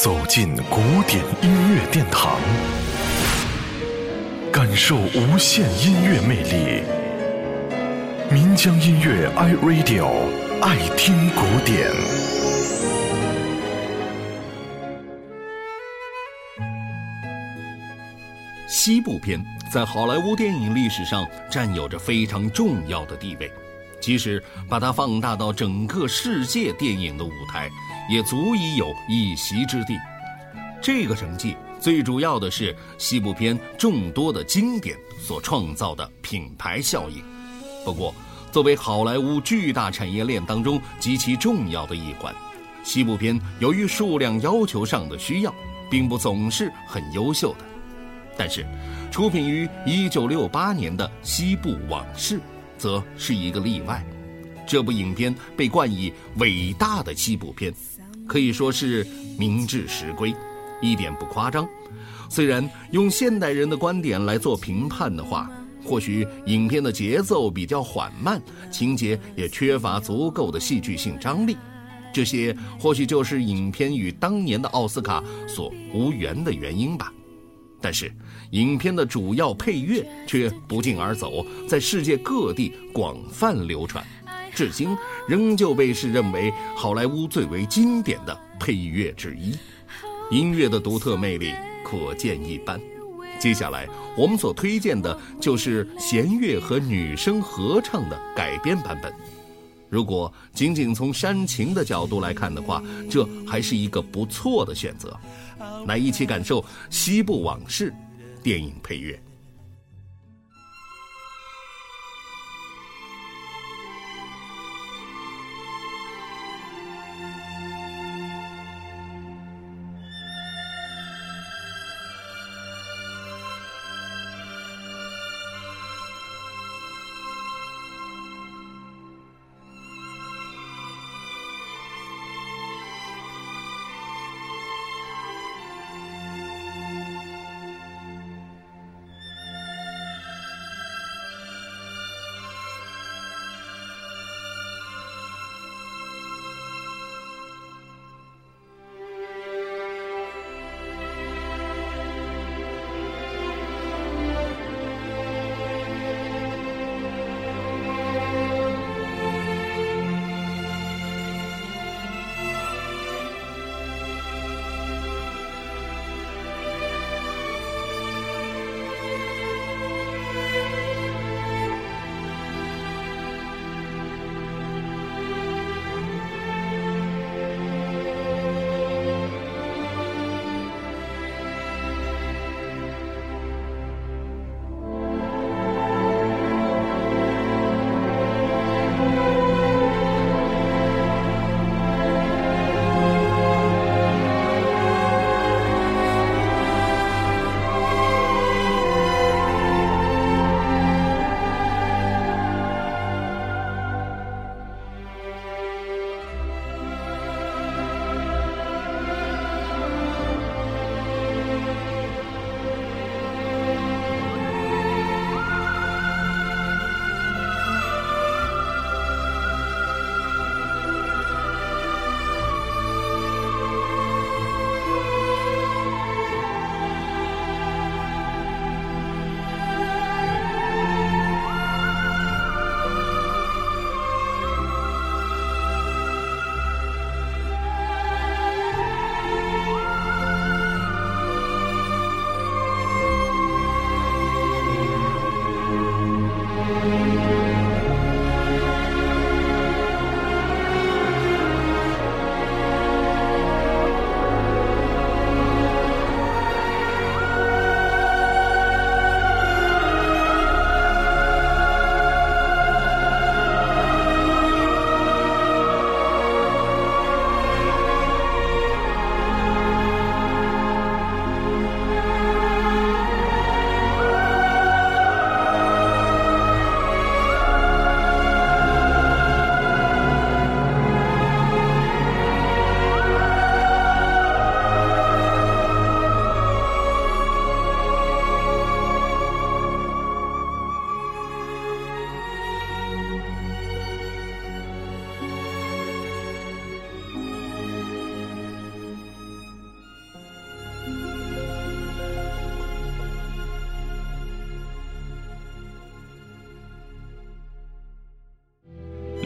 走进古典音乐殿堂，感受无限音乐魅力。民江音乐 iRadio 爱听古典。 西部片在好莱坞电影历史上占有着非常重要的地位，即使把它放大到整个世界电影的舞台，也足以有一席之地。这个成绩最主要的是西部片众多的经典所创造的品牌效应。不过，作为好莱坞巨大产业链当中极其重要的一环，西部片由于数量要求上的需要，并不总是很优秀的。但是，出品于1968年的《西部往事》则是一个例外。这部影片被冠以伟大的西部片，可以说是名至实归，一点不夸张。虽然用现代人的观点来做评判的话，或许影片的节奏比较缓慢，情节也缺乏足够的戏剧性张力，这些或许就是影片与当年的奥斯卡所无缘的原因吧。但是影片的主要配乐却不胫而走，在世界各地广泛流传，至今仍旧被视认为好莱坞最为经典的配乐之一。音乐的独特魅力可见一斑。接下来我们所推荐的就是弦乐和女声合唱的改编版本。如果仅仅从煽情的角度来看的话，这还是一个不错的选择。来一起感受《西部往事》电影配乐。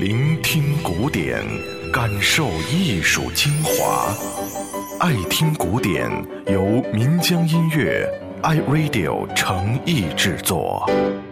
聆听古典，感受艺术精华。爱听古典，由岷江音乐 iRadio 诚意制作。